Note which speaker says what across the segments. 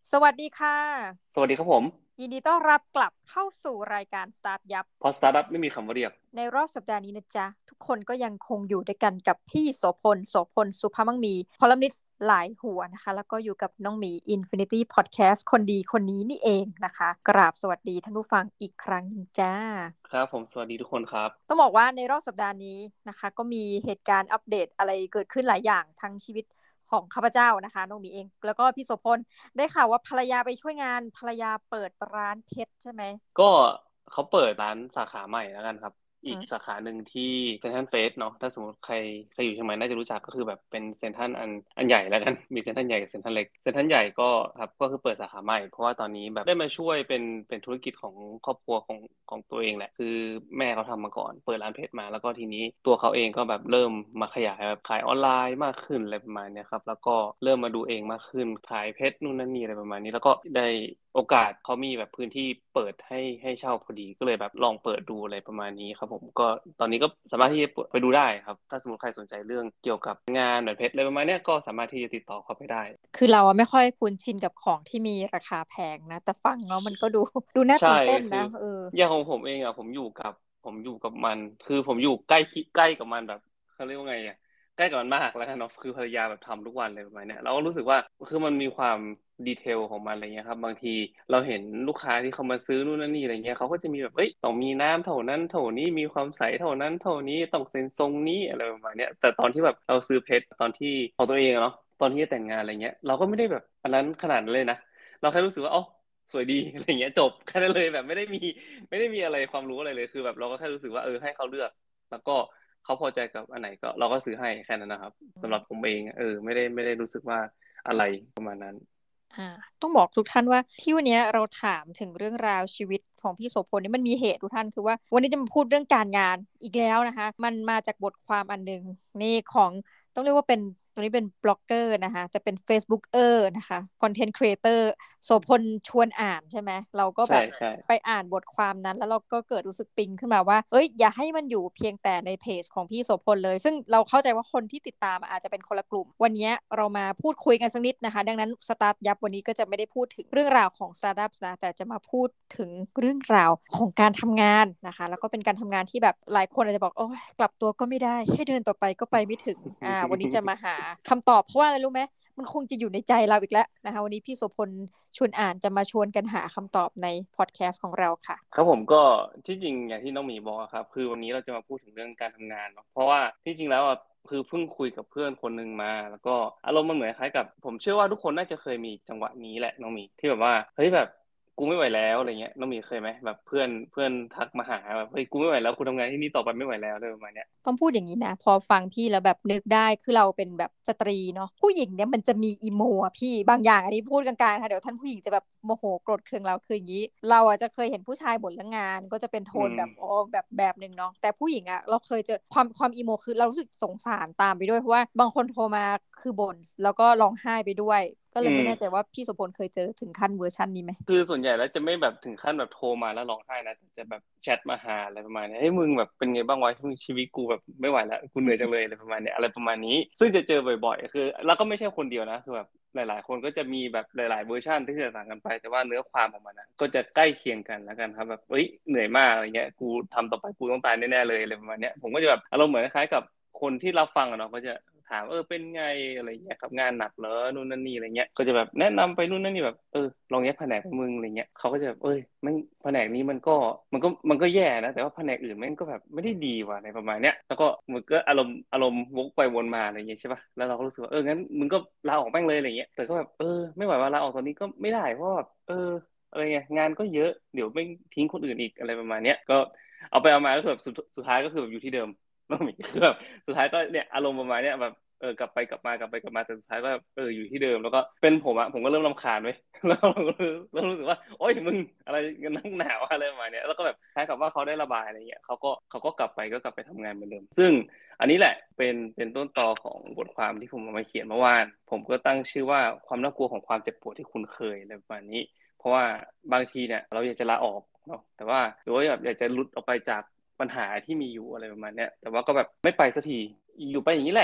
Speaker 1: สวัสดีค่ะ
Speaker 2: สวัสดีครับผม
Speaker 1: ยินดีต้อนรับกลับเข้าสู่รายการ Start ยับ
Speaker 2: เพราะสตาร์ทอัพไม่มีคำว่าเรียก
Speaker 1: ในรอบสัปดาห์นี้นะจ๊ะทุกคนก็ยังคงอยู่ด้วยกันกับพี่โสพลสุภาพมั่งมีคอลัมนิสต์หลายหัวนะคะแล้วก็อยู่กับน้องหมี Infinity Podcast คนดีคนนี้นี่เองนะคะกราบสวัสดีท่านผู้ฟังอีกครั้งหนึ่งจ้า
Speaker 2: ครับผมสวัสดีทุกคนครับ
Speaker 1: ต้องบอกว่าในรอบสัปดาห์นี้นะคะก็มีเหตุการณ์อัปเดตอะไรเกิดขึ้นหลายอย่างทั้งชีวิตของข้าพเจ้านะคะน้องหมีเองแล้วก็พี่โสพลได้ข่าวว่าภรรยาไปช่วยงานภรรยาเปิดร้านเพชรใช่ไหม
Speaker 2: ก็เขาเปิดร้านสาขาใหม่แล้วกันครับอีกสา
Speaker 1: อืม
Speaker 2: ขาหนึ่งที่เซ็นทรัลเฟสเนาะถ้าสมมติใครอยู่เชียงใหม่น่าจะรู้จักก็คือแบบเป็นเซ็นทรัลอันใหญ่แล้วกันมีเซ็นทรัลใหญ่กับเซ็นทรัลเล็กเซ็นทรัลใหญ่ก็ครับก็คือเปิดสาขาใหม่เพราะว่าตอนนี้แบบได้มาช่วยเป็นธุรกิจของครอบครัวของตัวเองแหละคือแม่เขาทำมาก่อนเปิดร้านเพชรมาแล้วก็ทีนี้ตัวเขาเองก็แบบเริ่มมาขยายแบบขายออนไลน์มากขึ้นอะไรประมาณเนี้ยครับแล้วก็เริ่มมาดูเองมากขึ้นขายเพชรนู่นนั่นนี่อะไรประมาณนี้แล้วก็ได้โอกาสเขามีแบบพื้นที่เปิดให้เช่าพอดีก็เลยแบบลองเปิดดูอะไรประมาณนี้ครับผมก็ตอนนี้ก็สามารถที่จะไปดูได้ครับถ้าสมมติใครสนใจเรื่องเกี่ยวกับงานแบบเพชรอะไรประมาณเนี้ยก็สามารถที่จะติดต่อเขาไปได้
Speaker 1: คือเราอะไม่ค่อยคุ้นชินกับของที่มีราคาแพงนะแต่ฟังแล้วมันก็ดูดูน่า
Speaker 2: ใช่
Speaker 1: ตื่นเต้น
Speaker 2: คือ
Speaker 1: นะเออ
Speaker 2: อย่างของผมเองอ่ะผมอยู่กับมันคือผมอยู่ใกล้กับมันแบบเขาเรียกว่าไงอ่ะใกล้กับมันมากแล้วกันเนาะคือภรรยาแบบทำทุกวันเลยประมาณเนี้ยเราก็รู้สึกว่าคือมันมีความดีเทลของมันอะไรเงี้ยครับบางทีเราเห็นลูกค้าที่เขามาซื้อนู่นนั่นนี่อะไรเงี้ยเขาก็จะมีแบบเอ้ยต้องมีน้ำเท่านั้นเท่านี้มีความใสเท่านั้นเท่านี้ต้องเซ็นทรงนี้อะไรประมาณเนี้ยแต่ตอนที่แบบเราซื้อเพชรตอนที่ของตัวเองอะเนาะตอนที่จะแต่งงานอะไรเงี้ยเราก็ไม่ได้แบบอันนั้นขนาดนั้นเลยนะ เราแค่รู้สึกว่าอ๋อสวยดีอะไรเงี้ยจบแค่นั้นเลยแบบไม่ได้มีอะไรความรู้อะไรเลยคือแบบเราก็แค่รู้สึกว่าให้เขาเลือกแล้วก็เขาพอใจกับอันไหนก็เราก็ซื้อให้แค่นั้นนะครับสำหรับผมเองไม่ได้รู้สึกว่าอะไรประมาณนั้น
Speaker 1: อ่าต้องบอกทุกท่านว่าที่วันนี้เราถามถึงเรื่องราวชีวิตของพี่โสพลนี่มันมีเหตุทุกท่านคือว่าวันนี้จะมาพูดเรื่องการงานอีกแล้วนะคะมันมาจากบทความอันหนึ่งนี่ของต้องเรียกว่าเป็นตรงนี้เป็นบล็อกเกอร์นะคะแต่เป็น Facebooker นะคะคอนเทนต์ครีเอเตอร์โสพลชวนอ่านใช่ไหมเราก็
Speaker 2: ใช่
Speaker 1: แบบ
Speaker 2: ใช่
Speaker 1: ไปอ่านบทความนั้นแล้วเราก็เกิดรู้สึกปิ๊งขึ้นมาว่าเอ้ยอย่าให้มันอยู่เพียงแต่ในเพจของพี่โสพลเลยซึ่งเราเข้าใจว่าคนที่ติดตามอาจจะเป็นคนละกลุ่มวันนี้เรามาพูดคุยกันสักนิดนะคะดังนั้นสตาร์ทยับวันนี้ก็จะไม่ได้พูดถึงเรื่องราวของสตาร์ทอัพนะแต่จะมาพูดถึงเรื่องราวของการทำงานนะคะแล้วก็เป็นการทำงานที่แบบหลายคนอาจจะบอกโอ้ยกลับตัวก็ไม่ได้ให้เดินต่อไปก็ไปไม่ถึงวันนี้จะมาหาคำตอบเพราะว่าอะไรรู้ไหม มันคงจะอยู่ในใจเราอีกแล้วนะคะวันนี้พี่โสพลชวนอ่านจะมาชวนกันหาคำตอบในพอดแคสต์ของเราค่ะ
Speaker 2: ครับผมก็ที่จริงอย่างที่น้องหมีบอกอะครับคือวันนี้เราจะมาพูดถึงเรื่องการทำงานเนาะเพราะว่าที่จริงแล้วอ่ะคือเพิ่งคุยกับเพื่อนคนหนึ่งมาแล้วก็อารมณ์มันเหมือนคล้ายกับผมเชื่อว่าทุกคนน่าจะเคยมีจังหวะนี้แหละน้องหมีที่แบบว่าเฮ้ยแบบกูไม่ไหวแล้วอะไรเงี้ยน้องหมีเคยไหมแบบเพื่อนทักมาหาแบบเฮ้ยกูไม่ไหวแล้วกูทำงานที่นี่ต่อไปไม่ไหวแล้วอะไรประมาณเนี้ย
Speaker 1: ต้องพูดอย่างนี้นะพอฟังพี่แล้วแบบนึกได้คือเราเป็นแบบสตรีเนาะผู้หญิงเนี่ยมันจะมีอีโมอะพี่บางอย่างอันนี้พูดกลางๆค่ะเดี๋ยวท่านผู้หญิงจะแบบโมโหโกรธเคืองเราคืออย่างนี้เราอะจะเคยเห็นผู้ชายบ่นเรื่องงานก็จะเป็นโท
Speaker 2: อืม
Speaker 1: นแบบอ๋อแบบหนึ่งเนาะแต่ผู้หญิงอะเราเคยเจอความอีโมคือเรารู้สึกสงสารตามไปด้วยเพราะว่าบางคนโทรมาคือบ่นแล้วก็ร้องไห้ไปด้วยก็เล
Speaker 2: อืม
Speaker 1: ยไม่แน่ใจว่าพี่สมพลเคยเจอถึงขั้นเวอร์ชันนี้ไหม
Speaker 2: คือส่วนใหญ่แล้วจะไม่แบบถึงขั้นแบบโทรมาแล้วร้องไห้นะแต่จะแบบแชทมาหาอะไรประมาณเนี้ยเฮ้ยมึงแบบเป็นไงบ้างวะชีวิตกูแบบไม่ไหวแล้วกูเหนื่อยจังเลยอะไรประมาณเนี้ยอะไรประมาณนี้ซึ่งจะเจอบ่อยๆคือแล้วก็ไม่ใช่คนเดียวนะคือแบบหลายๆคนก็จะมีแบบหลายๆเวอร์ชันที่จะต่างกันไปแต่ว่าเนื้อความของมันนะก็จะใกล้เคียงกันแล้วกันครับแบบเฮ้ยเหนื่อยมากอะไรเงี้ยกูทำต่อไปกูต้องตายแน่ๆเลยอะไรประมาณเนี้ยผมก็จะแบบอารมณ์เหมือนคล้ายๆกับคนที่รับฟังอะเนาะก็จะ ถามเป็นไงอะไรเงี้ยครับงานหนักเหรอนู่นนั่นนี่อะไรเงี้ยก็จะแบบแนะนำไปนู่นนั่นนี่แบบลองแยกแผนกมึงอะไรเงี้ยเขาก็จะแบบมันแผนกนี้มันก็แย่นะแต่ว่าแผนกอื่นแม่งก็แบบไม่ได้ดีว่ะในประมาณเนี้ยแล้วก็มันก็อารมณ์วกไปวนมาอะไรเงี้ยใช่ป่ะแล้วเราก็รู้สึกว่างั้นมึงก็ลาออกแม่งเลยอะไรเงี้ยแต่ก็แบบไม่ไหวว่าลาออกตอนนี้ก็ไม่ได้เพราะว่าแบบอะไรเงี้ยงานก็เยอะเดี๋ยวไม่ทิ้งคนอื่นอีกอะไรประมาณเนี้ยก็เอาไปเอามาก็คือแบบสุดท้ายก็คือแบบอยู่ที่เดิมน้องหมีคือแบบ สุดท้ายก็เนี่ยอารมณ์ประมาณเนี้ยแบบกลับไปกลับมากลับไปกลับมาแต่สุดท้ายก็แบบอยู่ที่เดิมแล้วก็เป็นผมอะผมก็เริ่มรำคาญไว้ยแล้วเริ่มรู้สึกว่าโอ๊ยมึงอะไรกันนักหนาวอะไรประมาณเนี้ยแล้วก็แบบคล้ายกับว่าเขาได้ระบายอะไรเงี้ยเขาก็กลับไปทำงานเหมือนเดิมซึ่งอันนี้แหละเป็นต้นตอของบทความที่ผมเอามาเขียนเมื่อวานผมก็ตั้งชื่อว่าความน่ากลัวของความเจ็บปวดที่คุณเคยอะไรประมาณนี้เพราะว่าบางทีเนี่ยเราอยากจะลาออกเนาะแต่ว่าหรือว่าแบบอยากจะหลุดออกไปจากปัญหาที่มีอยู่อะไรประมาณเนี้ยแต่ว่าก็แบบไม่ไปสักทีอยู่ไปอย่างนี้แหละ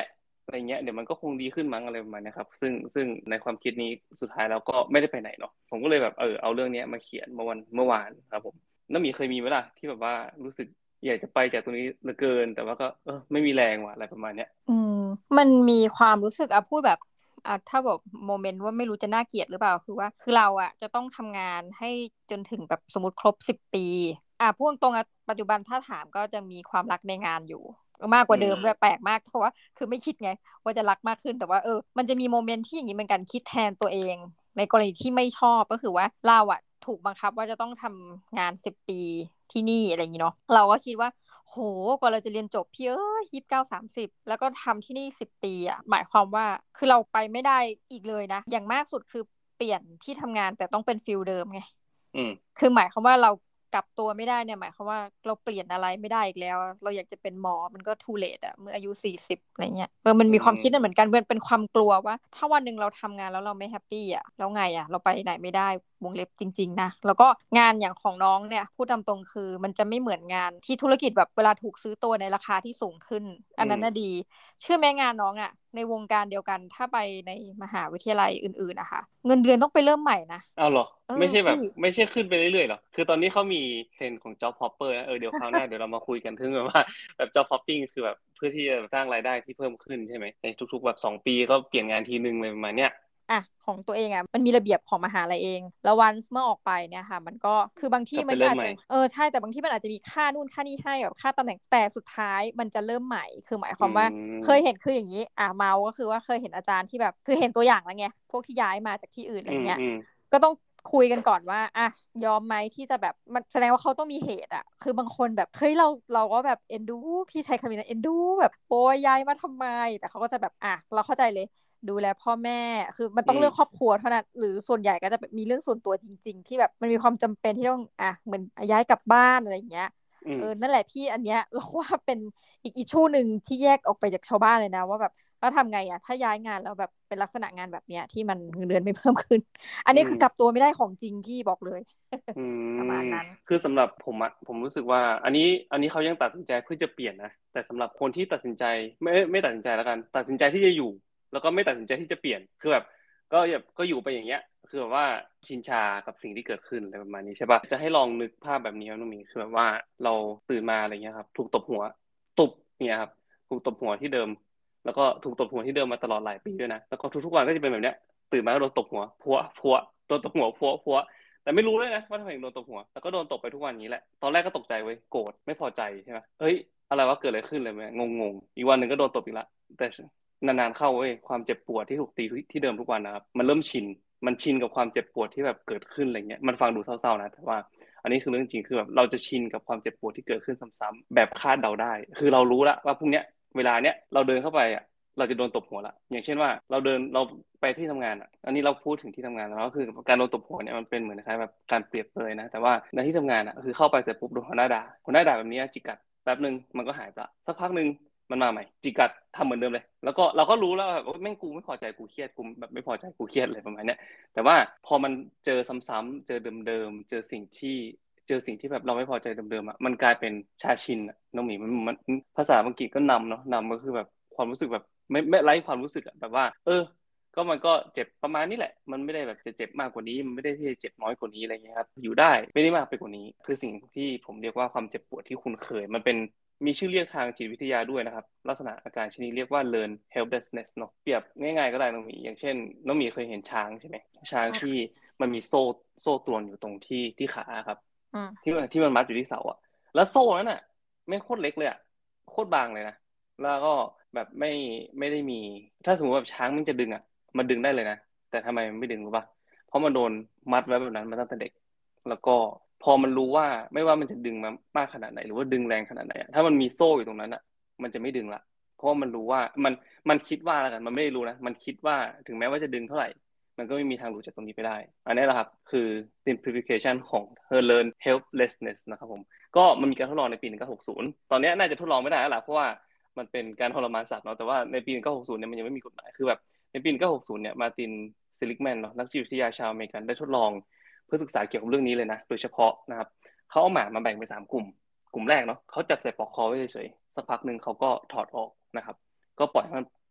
Speaker 2: อะไรเงี้ยเดี๋ยวมันก็คงดีขึ้นมั้งอะไรประมาณนี้ครับซึ่งในความคิดนี้สุดท้ายแล้วก็ไม่ได้ไปไหนเนาะผมก็เลยแบบเอาเรื่องนี้มาเขียนเมื่อวานครับผมน้าหมีเคยมีไหมล่ะที่แบบว่ารู้สึกอยากจะไปจากตรงนี้เหลือเกินแต่ว่าก็ไม่มีแรงว่ะอะไรประมาณเนี้ย
Speaker 1: อืมมันมีความรู้สึกพูดแบบถ้าบอกโมเมนต์ว่าไม่รู้จะน่าเกลียดหรือเปล่าคือว่าคือเราจะต้องทำงานให้จนถึงแบบสมมติครบ10 ปีพูดตรงปัจจุบันถ้าถามก็จะมีความรักในงานอยู่มากก
Speaker 2: อื
Speaker 1: ว่าเดิมด้วย
Speaker 2: ม
Speaker 1: แปลกมากเพราะว่าคือไม่คิดไงว่าจะรักมากขึ้นแต่ว่ามันจะมีโมเมนต์ที่อย่างนี้เหมือนกันคิดแทนตัวเองในกรณีที่ไม่ชอบก็คือว่าเราถูกบังคับว่าจะต้องทำงาน10 ปีที่นี่อะไรอย่างนี้เนาะเราก็คิดว่า โหกว่าเราจะเรียนจบพี่29 30แล้วก็ทำที่นี่10 ปีหมายความว่าคือเราไปไม่ได้อีกเลยนะอย่างมากสุดคือเปลี่ยนที่ทำงานแต่ต้องเป็นฟิลเดิมไง
Speaker 2: อืม
Speaker 1: คือหมายความว่าเรากลับตัวไม่ได้เนี่ยหมายความว่าเราเปลี่ยนอะไรไม่ได้อีกแล้วเราอยากจะเป็นหมอมันก็ too late เมื่ออายุ40อะไรเงี้ยมัน
Speaker 2: อื
Speaker 1: มีความคิดนั้นเหมือน
Speaker 2: ม
Speaker 1: กันเป็นความกลัวว่าถ้าวันหนึ่งเราทำงานแล้วเราไม่แฮปปี้แล้วไงเราไปไหนไม่ได้วงเล็บจริงๆนะแล้วก็งานอย่างของน้องเนี่ยพูดตามตรงคือมันจะไม่เหมือนงานที่ธุรกิจแบบเวลาถูกซื้อตัวในราคาที่สูงขึ้นอันนั้นน่ะดีเชื่อไหมงานน้องในวงการเดียวกันถ้าไปในมหาวิทยาลัยอื่นๆนะคะเงินเดือนต้องไปเริ่มใหม่นะ
Speaker 2: เอาเหรอไม่ใช่แบ
Speaker 1: พี่
Speaker 2: บไม่ใช่ขึ้นไปเรื่อยๆหรอคือตอนนี้เขามีเทรนด์ของ job hopper นะเดี๋ยวคราวหน้าเดี๋ยวเรามาคุยกันถึงแบบว่าแบบ job hopping คือแบบเพื่อที่จะสร้างรายได้ที่เพิ่มขึ้นใช่ไหมในทุกๆแบบ2 ปีก็เปลี่ยนงานทีนึงเลยประมาณเนี้ย
Speaker 1: ของตัวเองมันมีระเบียบของมหาลัยเองแล้ววันเมื่อออกไปเนี่ยค่ะมันก็คือบางที่
Speaker 2: กลับไป
Speaker 1: มันก็อาจจะ
Speaker 2: เริ่มใหม่
Speaker 1: ใช่แต่บางที่มันอาจจะมีค่านู่นค่านี่ให้แบบค่าตำแหน่งแต่สุดท้ายมันจะเริ่มใหม่คือหมายค
Speaker 2: อื
Speaker 1: วามว่าเคยเห็น
Speaker 2: ม
Speaker 1: คืออย่างนี้เมาก็คือว่าเคยเห็นอาจารย์ที่แบบคือเห็นตัวอย่างแล้วไงพวกที่ย้ายมาจากที่อื่นอะไรเงี้ย
Speaker 2: อืม
Speaker 1: ก็ต้องคุยกันก่อนว่ายอมไหมที่จะแบบมันแสดงว่าเขาต้องมีเหตุคือบางคนแบบเฮ้ยเราก็แบบเอ็นดูพี่ใช้คำนี้นะเอ็นดูแบบโอ้ยย้ายมาทำไมแต่เขาก็จะแบบเราเข้าใจเลย ดูแลพ่อแม่คือมันต้
Speaker 2: อืม
Speaker 1: องเลือกครอบครัวเท่านั้นหรือส่วนใหญ่ก็จะมีเรื่องส่วนตัวจริงๆที่แบบมันมีความจำเป็นที่ต้องเหมือนย้ายกลับบ้านอะไรอย่างเงี้ย
Speaker 2: อืม
Speaker 1: นั่นแหละที่อันเนี้ยเราว่าเป็นอีกอิชชูหนึ่งที่แยกออกไปจากชาวบ้านเลยนะว่าแบบเราทำไงถ้าย้ายงานแล้วแบบเป็นลักษณะงานแบบเนี้ยที่มันเงินเดือนไม่เพิ่มขึ้นอัน
Speaker 2: อืม
Speaker 1: นี้คือกลับตัวไม่ได้ของจริงพี่บอกเลย
Speaker 2: อื
Speaker 1: ประมาณ
Speaker 2: ม
Speaker 1: นั้น
Speaker 2: คือสำหรับผมรู้สึกว่าอันนี้เขายังตัดสินใจเพื่อจะเปลี่ยนนะแต่สำหรับคนที่ตัดสินใจไม่ตัดสินใจแล้วกันตัดสินใจที่จะอยู่แล้วก็ไม่ตัดสินใจที่จะเปลี่ยนคือแบบก็อยู่ไปอย่างเงี้ยคือแบบว่าชินชากับสิ่งที่เกิดขึ้นอะไรประมาณนี้ใช่ปะจะให้ลองนึกภาพแบบนี้ครับน้องหมีคือแบบว่าเราตื่นมาอะไรเงี้ยครับถูกตบหัวตุบเนี่ยครับถูกตบหัวที่เดิมแล้วก็ถูกตบหัวที่เดิมมาตลอดหลายปีด้วยนะแล้วก็ทุกๆวันก็จะเป็นแบบเนี้ยตื่นมาก็โดนตบหัวพัวพัวโดนตบหัวพัว แต่ไม่รู้เลยนะว่าทำไมถึงโดนตบหัวแต่ก็โดนตบไปทุกวันนี้แหละตอนแรกก็ตกใจเว้ยโกรธไม่พอใจใช่ไหมเฮ้ยอะไรวะเกิดอะไรขึ้นเลยไหมงงอีกวันหนึ่งก็โดนตบอีกละแต่นานๆเข้าเว้ยความเจ็บปวดที่ถูกตีที่เดิมทุกวันนะครับมันเริ่มชินมันชินกับความเจ็บปวดที่แบบเกิดขึ้นอะไรเงี้ยมันฟังดูเศร้าๆนะแต่ว่าอันนี้คือเรื่องจริงคือแบบเราจะชินกับความเจ็บปวดที่เกิดขึ้นซ้ำๆแบบคาดเดาได้คือเรารู้ละว่าพรุ่งเนี้ยเวลาเนี้ยเราเดินเข้าไปเราจะโดนตบหัวละอย่างเช่นว่าเราไปที่ทำงานอันนี้เราพูดถึงที่ทำงานแล้วก็คือการโดนตบหัวเนี่ยมันเป็นเหมือนคล้ายแบบการเปรียบเปรยนะแต่ว่าในที่ทำงานคือเข้าไปเสร็จปุ๊บโดนหัวหน้าด่าแบบนี้จิกกัดแป๊บหนึ่งมันก็หายไปละสักพักหนึ่งมันมาใหม่จิกกัดทำเหมือนเดิมเลยแล้วก็เราก็รู้แล้วแบบแม่งกูไม่พอใจกูเครียดกูแบบไม่พอใจกูเครียดอะไรประมาณเนี้ยแต่ว่าพอมันเจอซ้ำๆเจอเดิมๆเจอสิ่งที่แบบเราไม่พอใจเดิมๆมันกลายเป็นชาชินน้องหมีมันภาษาอังกฤษก็นำเนาะนำก็คือแบบความรู้สึกแบบไม่ไร้ความรู้สึกแบบว่าก็มันก็เจ็บประมาณนี้แหละมันไม่ได้แบบจะเจ็บมากกว่านี้มันไม่ได้ที่จะเจ็บน้อยกว่านี้อะไรเงี้ยครับอยู่ได้ไม่ได้มากไปกว่านี้คือสิ่งที่ผมเรียกว่าความเจ็บปวดที่คุณเคยมันเป็นมีชื่อเรียกทางจิตวิทยาด้วยนะครับลักษณะอาการชนิดเรียกว่า learn helplessness เนาะเปรียบง่ายๆก็ได้น้องหมีอย่างเช่นน้องหมีเคยเห็นช้างใช่ไหมช้างที่มันมีโซ่ตรวนอยู่ตรงที่ขาครับที่มันมัดอยู่ที่เสาแล้วโซ่นั้นไม่งโคตรเล็กเลยโคตรบางเลยนะแล้วก็แบบไม่ได้มีถ้าสมมติแบบช้างมันจะดึงมันดึงได้เลยนะแต่ทำไมมันไม่ดึงรู้ป่ะเพราะมันโดนมัดไว้แบบนั้นมาตั้งแต่เด็กแล้วก็พอมันรู้ว่าไม่ว่ามันจะดึงมามากขนาดไหนหรือว่าดึงแรงขนาดไหนถ้ามันมีโซ่อยู่ตรงนั้นมันจะไม่ดึงละเพราะมันรู้ว่ามันคิดว่าแล้วกันมันไม่ได้รู้นะมันคิดว่าถึงแม้ว่าจะดึงเท่าไหร่มันก็ไม่มีทางหลุดจากตรงนี้ไปได้อันนี้แหละครับคือ simplification ของ her learn helplessness นะครับผมก็มันมีการทดลองในปี1960ตอนนี้น่าจะทดลองไม่ได้แล้วล่ะเพราะว่ามันเป็นการทรมานสัตว์เนาะแต่ว่าในปี1960เนี่ยมันยังไม่มีกฎหมายคือแบบในปี1960เนี่ยมาร์ตินซิลิกแมนเนาะนักจิตวิทยาชาวอเมริกันได้ทดลองเพื่อศึกษาเกี่ยวกับเรื่องนี้เลยนะโดยเฉพาะนะครับเขาเอาหมามาแบ่งเป็น3 กลุ่มแรกเนาะเขาจับใส่ปลอกคอไว้เฉยๆสักพักหนึ่งเขาก็ถอดออกนะครับก็ปล่อยให้มัน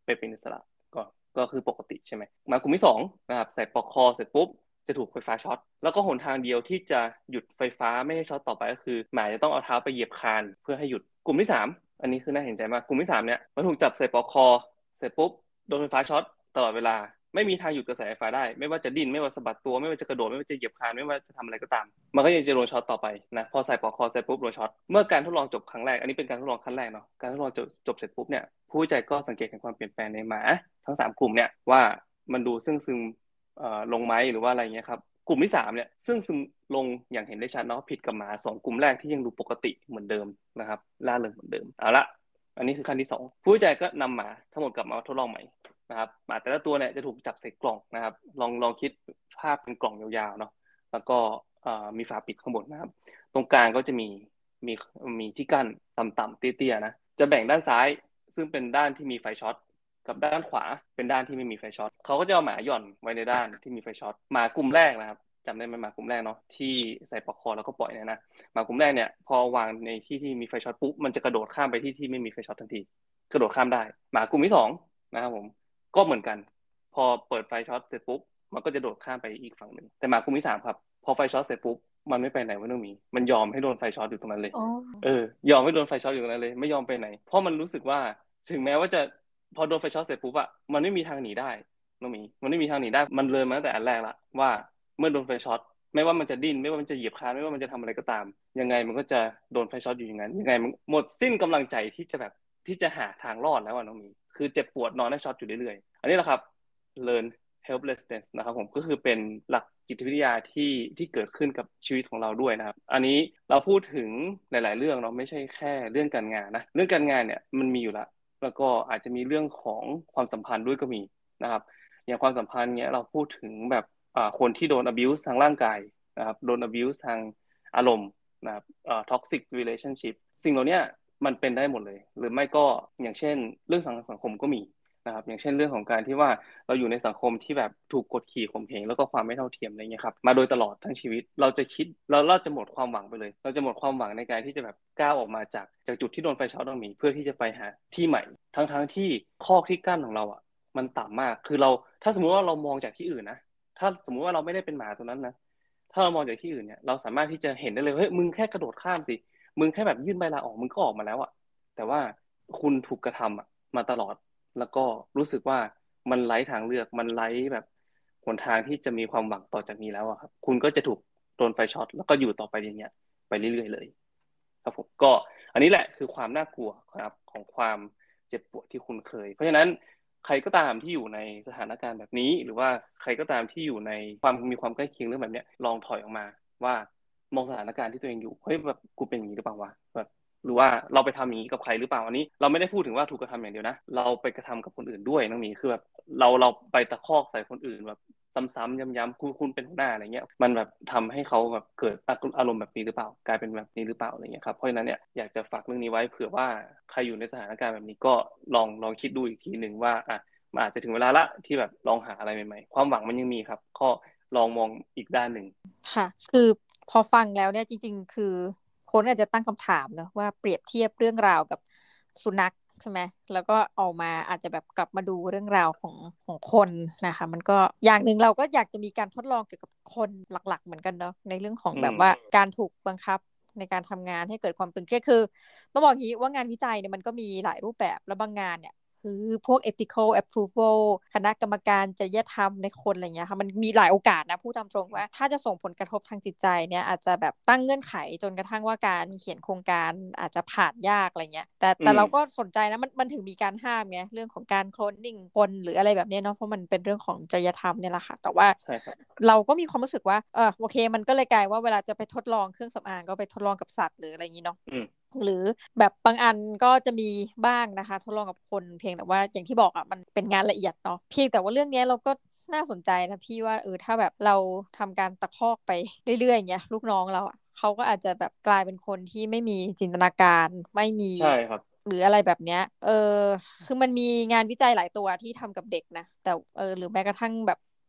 Speaker 2: ไปเป็นอิสระก็คือปกติใช่ไหมมากลุ่มที่สองนะครับใส่ปลอกคอเสร็จปุ๊บจะถูกไฟฟ้าช็อตแล้วก็หนทางเดียวที่จะหยุดไฟฟ้าไม่ให้ช็อตต่อไปก็คือหมาจะต้องเอาเท้าไปเหยียบคานเพื่อให้หยุดกลุ่มที่สามอันนี้คือน่าเห็นใจมากกลุ่มที่สามเนี่ยมันถูกจับใส่ปลอกคอเสร็จปุ๊บโดนไฟฟ้าช็อตตลอดเวลาไม่มีทางหยุดกระแสไฟฟ้าได้ไม่ว่าจะดิ้นไม่ว่าสะบัดตัวไม่ว่าจะกระโดดไม่ว่าจะเหยียบคานไม่ว่าจะทำอะไรก็ตามมันก็ยังจะโดนช็อตต่อไปนะพอใส่ปลอกคอเสร็จปุ๊บโดนช็อตเมื่อการทดลองจบครั้งแรกอันนี้เป็นการทดลองครั้งแรกเนาะการทดลองจบเสร็จปุ๊บเนี่ยผู้วิจัยก็สังเกตเห็นความเปลี่ยนแปลงในหมาทั้ง3 กลุ่มเนี่ยว่ามันดูซึมลงไหมหรือว่าอะไรเงี้ยครับกลุ่มที่3เนี่ยซึ่งซึมลงอย่างเห็นได้ชัดเนาะผิดกับหมา2 กลุ่มแรกที่ยังดูปกติเหมือนเดิมนะครับล่าเริงเหมือนเดิมเอาละอันนี้คือขั้นที่2ผู้วิจัยก็นำหมาทั้งหมดกลับมาทดลองใหม่นะครับหมาแต่ละตัวเนี่ยจะถูกจับใส่กล่องนะครับลองคิดภาพเป็นกล่องยาวๆเนาะแล้วก็มีฝาปิดข้างบนนะครับตรงกลางก็จะมีมีที่กั้นต่ำๆเตี้ยๆนะจะแบ่งด้านซ้ายซึ่งเป็นด้านที่มีไฟช็อตกับด้านขวาเป็นด้านที่ไม่มีไฟช็อตเขาก็จะเอาหมาหย่อนไว้ในด้านที่มีไฟช็อตหมากลุ่มแรกนะครับจำได้ไหมหมากลุ่มแรกเนาะที่ใส่ปลอกคอแล้วก็ปล่อยเนี่ยนะหมากลุ่มแรกเนี่ยพอวางในที่มีไฟช็อตปุ๊บมันจะกระโดดข้ามไปที่ไม่มีไฟช็อตทันทีกระโดดข้ามได้หมากลุ่มที่2นะครับผมก็เหมือนกันพอเปิดไฟช็อตเสร็จปุ๊บมันก็จะโดดข้ามไปอีกฝั่งหนึ่งแต่หมากลุ่มที่3ครับพอไฟช็อตเสร็จปุ๊บมันไม่ไปไหนมันต้องมีมันยอมให้โดนไฟช็อตอยู่ตรงนั้นเลยยอมให้โดนไฟช็อตอยู่ตรงนั้นเลยไม่ยอมไปไหนเพราะมันรู้สึกว่าถึงแม้ว่าจะพอโดนไฟช็อตเสร็จปุ๊บอะมันไม่มีทางหนีได้น้องมีมันไม่มีทางหนีได้มันเลยมาตั้งแต่อันแรกละว่าเมื่อโดนไฟช็อตไม่ว่ามันจะดิ้นไม่ว่ามันจะเหยียบคานไม่ว่ามันจะทำอะไรก็ตามยังไงมันก็จะโดนไฟช็อตอยู่อย่างนั้นยังไงมันหมดสิ้นกำลังใจที่จะแบบที่จะหาทางรอดแล้วน้องมีคือเจ็บปวดนอนได้ช็อตอยู่เรื่อยๆอันนี้แหละครับ learn helplessness นะครับผมก็คือเป็นหลักจิตวิทยาที่เกิดขึ้นกับชีวิตของเราด้วยนะครับอันนี้เราพูดถึงหลายๆเรื่องเนาะไม่ใช่แค่เรื่องการงานนะเรื่องการงานเนี่ยมันมีอยู่แล้วก็อาจจะมีเรื่องของความสัมพันธ์ด้วยก็มีนะครับอย่างความสัมพันธ์เนี่ยเราพูดถึงแบบคนที่โดน abuse ทางร่างกายนะครับโดน abuse ทางอารมณ์นะครับtoxic relationship สิ่งเหล่านี้มันเป็นได้หมดเลยหรือไม่ก็อย่างเช่นเรื่องสังคมก็มีนะครับอย่างเช่นเรื่องของการที่ว่าเราอยู่ในสังคมที่แบบถูกกดขี่ข่มเหงแล้วก็ความไม่เท่าเทียมอะไรเงี้ยครับมาโดยตลอดทั้งชีวิตเราจะคิดเราจะหมดความหวังไปเลยเราจะหมดความหวังในการที่จะแบบก้าวออกมาจากจุดที่โดนไฟช็อตตรงนี้เพื่อที่จะไปหาที่ใหม่ทั้งที่ข้อที่กั้นของเราอ่ะมันต่ำมากคือเราถ้าสมมุติว่าเรามองจากที่อื่นนะถ้าสมมุติว่าเราไม่ได้เป็นหมาตัวนั้นนะถ้าเรามองจากที่อื่นเนี่ยเราสามารถที่จะเห็นได้เลยเฮ้ยมึงแค่กระโดดข้ามสิมึงแค่แบบยื่นใบลาออกมึงก็ออกมาแล้วอ่ะแต่ว่าคุณถูกกระทำมาตลอดแล้วก็รู้สึกว่ามันไร้ทางเลือกมันไร้แบบหนทางที่จะมีความหวังต่อจากนี้แล้วอะครับคุณก็จะถูกโดนไฟช็อตแล้วก็อยู่ต่อไปอย่างเงี้ยไปเรื่อยๆเลยครับผมก็อันนี้แหละคือความน่ากลัวครับของความเจ็บปวดที่คุณเคยเพราะฉะนั้นใครก็ตามที่อยู่ในสถานการณ์แบบนี้หรือว่าใครก็ตามที่อยู่ในมีความใกล้เคียงเรื่องแบบเนี้ยลองถอยออกมาว่ามองสถานการณ์ที่ตัวเองอยู่เฮ้ยแบบกูเป็นอย่างนี้หรือเปล่าวะแบบหรือว่าเราไปทำอย่างนี้กับใครหรือเปล่าอันนี้เราไม่ได้พูดถึงว่าถูกกระทำอย่างเดียวนะเราไปกระทำกับคนอื่นด้วยน้องหมีคือแบบเราไปตะคอกใส่คนอื่นแบบซ้ำๆย้ำๆคุณเป็นหัวหน้าอะไรเงี้ยมันแบบทำให้เขาแบบเกิดอารมณ์แบบนี้หรือเปล่ากลายเป็นแบบนี้หรือเปล่าอะไรเงี้ยครับเพราะฉะนั้นเนี่ยอยากจะฝากเรื่องนี้ไว้เผื่อว่าใครอยู่ในสถานการณ์แบบนี้ก็ลองคิดดูอีกทีหนึ่งว่ามันอาจจะถึงเวลาละที่แบบลองหาอะไรใหม่ๆความหวังมันยังมีครับก็ลองมองอีกด้านหนึ่ง
Speaker 1: ค่ะคือพอฟังแล้วเนี่ยจริงๆคือคนอาจจะตั้งคำถามเนอะว่าเปรียบเทียบเรื่องราวกับสุนัขใช่ไหมแล้วก็ออกมาอาจจะแบบกลับมาดูเรื่องราวของคนนะคะมันก็อย่างหนึ่งเราก็อยากจะมีการทดลองเกี่ยวกับคนหลักๆเหมือนกันเนาะในเรื่องของแบบว่าการถูกบังคับในการทำงานให้เกิดความตึงเครียดคือต้องบอกงี้ว่างานวิจัยเนี่ยมันก็มีหลายรูปแบบแล้วบางงานเนี่ยคือพวก ethical approval คณะกรรมการจริยธรรมในคนอะไรเงี้ยค่ะมันมีหลายโอกาสนะพูดตามตรงว่าถ้าจะส่งผลกระทบทางจิตใจเนี่ยอาจจะแบบตั้งเงื่อนไขจนกระทั่งว่าการเขียนโครงการอาจจะผ่านยากอะไรเงี้ยแต่เราก็สนใจนะมันถึงมีการห้ามไงเรื่องของการโคลนนิ่งคนหรืออะไรแบบนี้เนาะเพราะมันเป็นเรื่องของจริยธรรมเนี่ยแหละค่ะแต่ว่าเราก็มีความรู้สึกว่าโอเคมันก็เลยกลายว่าเวลาจะไปทดลองเครื่องสำอางก็ไปทดลองกับสัตว์หรืออะไรอย่างนี้เนาะหรือแบบบางอันก็จะมีบ้างนะคะทดลองกับคนเพียงแต่ว่าอย่างที่บอกอ่ะมันเป็นงานละเอียดเนาะเพียงแต่ว่าเรื่องนี้เราก็น่าสนใจนะพี่ว่าถ้าแบบเราทำการตะคอกไปเรื่อยๆอย่างเงี้ยลูกน้องเราอ่ะเขาก็อาจจะแบบกลายเป็นคนที่ไม่มีจินตนาการไม่มี
Speaker 2: ใช่ครับ
Speaker 1: หรืออะไรแบบเนี้ยคือมันมีงานวิจัยหลายตัวที่ทำกับเด็กนะแต่หรือแม้กระทั่งแบบ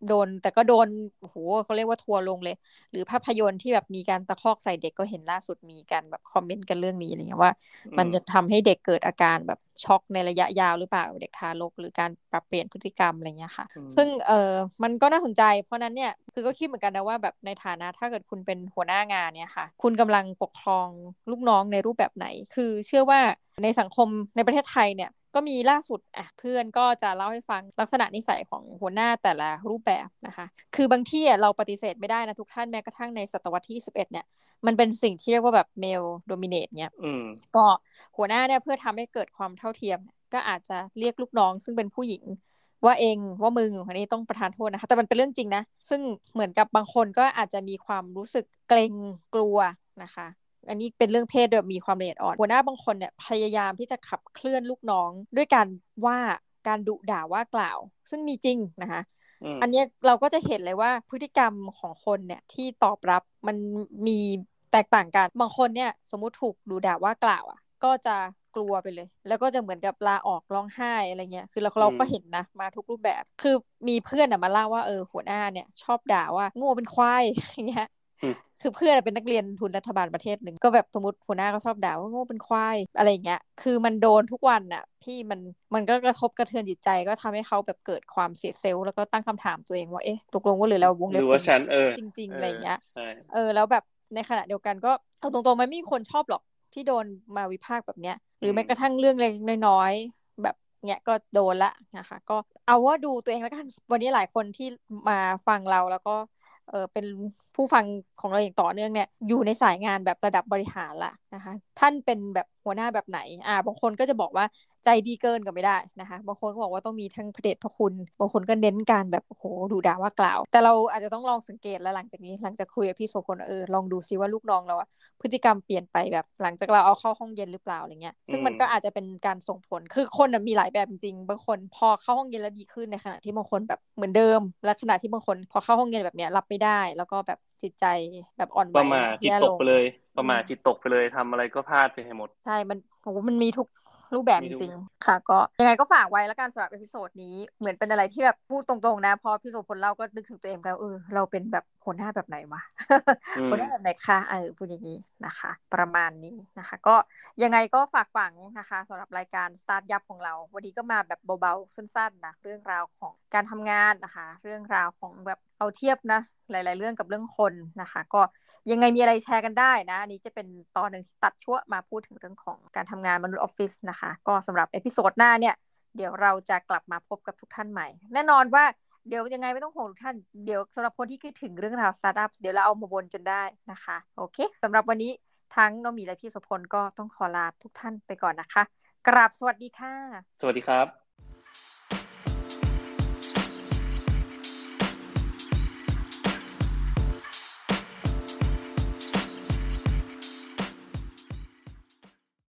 Speaker 1: แต่ก็โดนโอ้โหเขาเรียกว่าทัวร์ลงเลยหรือภาพยนตร์ที่แบบมีการตะคอกใส่เด็กก็เห็นล่าสุดมีการแบบคอมเมนต์กันเรื่องนี้อะไรเงี้ยว่ามันจะทำให้เด็กเกิดอาการแบบช็อกในระยะยาวหรือเปล่าเด็กทารกหรือการปรับเปลี่ยนพฤติกรรมอะไรเงี้ยค่ะซึ่งมันก็น่าสนใจเพราะนั้นเนี่ยคือก็คิดเหมือนกันนะว่าแบบในฐานะถ้าเกิดคุณเป็นหัวหน้างานเนี่ยค่ะคุณกำลังปกครองลูกน้องในรูปแบบไหนคือเชื่อว่าในสังคมในประเทศไทยเนี่ยก็มีล่าสุดเพื่อนก็จะเล่าให้ฟังลักษณะนิสัยของหัวหน้าแต่ละรูปแบบนะคะคือบางที่เราปฏิเสธไม่ได้นะทุกท่านแม้กระทั่งในศตวรรษที่21เนี่ยมันเป็นสิ่งที่เรียกว่าแบบ male dominate เนี่ยก็หัวหน้าเนี่ยเพื่อทำให้เกิดความเท่าเทียมก็อาจจะเรียกลูกน้องซึ่งเป็นผู้หญิงว่าเองว่ามึงอันนี้ต้องประทานโทษนะคะแต่มันเป็นเรื่องจริงนะซึ่งเหมือนกับบางคนก็อาจจะมีความรู้สึกเกรงกลัวนะคะอันนี้เป็นเรื่องเพศโดยมีความละเอียดอ่อนหัวหน้าบางคนเนี่ยพยายามที่จะขับเคลื่อนลูกน้องด้วยการว่าการดุด่าว่ากล่าวซึ่งมีจริงนะคะอันนี้เราก็จะเห็นเลยว่าพฤติกรรมของคนเนี่ยที่ตอบรับมันมีแตกต่างกันบางคนเนี่ยสมมุติถูกดุด่าว่ากล่าวก็จะกลัวไปเลยแล้วก็จะเหมือนกับลาออกร้องไห้อะไรเงี้ยคือเราก็เห็นนะมาทุกรูปแบบคือมีเพื่อนมาเล่าว่าหัวหน้าเนี่ยชอบด่าว่าโง่เป็นควายอย่างเงี้ยคือเพื่อนเป็นนักเรียนทุนรัฐบาลประเทศหนึ่งก็แบบสมมติหัวหน้าก็ชอบด่าว่าโง่เป็นควายอะไรเงี้ยคือมันโดนทุกวันพี่มันก็กระทบกระเทือนจิตใจก็ทำให้เขาแบบเกิดความเสียเซลล์แล้วก็ตั้งคำถามตัวเองว่าเอ๊ะตกลงว่าหรือเราวง
Speaker 2: ห
Speaker 1: เล็บเป็น
Speaker 2: รือว่าฉัน
Speaker 1: จริงๆอะไรเงี้ย
Speaker 2: ใช่
Speaker 1: แล้วแบบในขณะเดียวกันก็เอาตรงๆมันไม่มีคนชอบหรอกที่โดนมาวิพากษ์แบบเนี้ยหรือแม้กระทั่งเรื่องเล็กๆน้อยๆแบบเนี้ยก็โดนละนะคะก็เอาว่าดูตัวเองแล้วกันวันนี้หลายคนที่มาฟังเราแล้วก็เป็นผู้ฟังของเราอย่างต่อเนื่องเนี่ยอยู่ในสายงานแบบระดับบริหารละนะคะท่านเป็นแบบหัวหน้าแบบไหนบางคนก็จะบอกว่าใจดีเกินก็ไม่ได้นะคะบางคนก็บอกว่าต้องมีทั้งพระเดชพระคุณบางคนก็เน้นการแบบโอ้โหดุด่าว่ากล่าวแต่เราอาจจะต้องลองสังเกตแล้วหลังจากนี้หลังจากคุยกับพี่โสพลลองดูซิว่าลูกน้องเราพฤติกรรมเปลี่ยนไปแบบหลังจากเราเอาเข้าห้องเย็นหรือเปล่าอะไรเงี้ยซึ่งมันก็อาจจะเป็นการส่งผลคือคนมีหลายแบบจริงๆบางคนพอเข้าห้องเย็นแล้วดีขึ้นในขณะที่บางคนแบบเหมือนเดิมและขณะที่บางคนพอเข้าห้องเย็นแบบเนี้ยรับไม่ได้แล้วก็แบบจิตใจแบบอ่อนไหว
Speaker 2: ประมาทจิต
Speaker 1: แย่ลง
Speaker 2: ตกไปเลยประมาทจิตตกไปเลยทำอะไรก็พลาดไปให้หมด
Speaker 1: ใช่มันมีทุกรูปแบบ
Speaker 2: มีทุก
Speaker 1: จริงๆค่ะก็ยังไงก็ฝากไว้แล้วกันสำหรับเอพิโซดนี้เหมือนเป็นอะไรที่แบบพูดตรงๆนะพอพี่โสพลเล่าก็นึกถึงตัวเองแล้วเราเป็นแบบหัวหน้าแบบไหนวะ หัวหน้าแบบไหนคะพูดอย่างนี้นะคะประมาณนี้นะคะก็ยังไงก็ฝากฝังนะคะสำหรับรายการสตาร์ทยับของเราวันนี้ก็มาแบบเบาๆสั้นๆนะเรื่องราวของการทำงานนะคะเรื่องราวของแบบเอาเทียบนะหลายๆเรื่องกับเรื่องคนนะคะก็ยังไงมีอะไรแชร์กันได้นะอันนี้จะเป็นตอนหนึ่งที่ตัดชั่วมาพูดถึงเรื่องของการทำงานมนุษย์ออฟฟิศนะคะก็สำหรับเอพิโซดหน้าเนี่ยเดี๋ยวเราจะกลับมาพบกับทุกท่านใหม่แน่นอนว่าเดี๋ยวยังไงไม่ต้องห่วงทุกท่านเดี๋ยวสำหรับคนที่คิดถึงเรื่องราวสตาร์ทอัพเดี๋ยวเราเอามาวนจนได้นะคะโอเคสำหรับวันนี้ทั้งน้องหมีและพี่โสพลก็ต้องขอลาทุกท่านไปก่อนนะคะกราบสวัสดีค่ะ
Speaker 2: สวัสดีครับ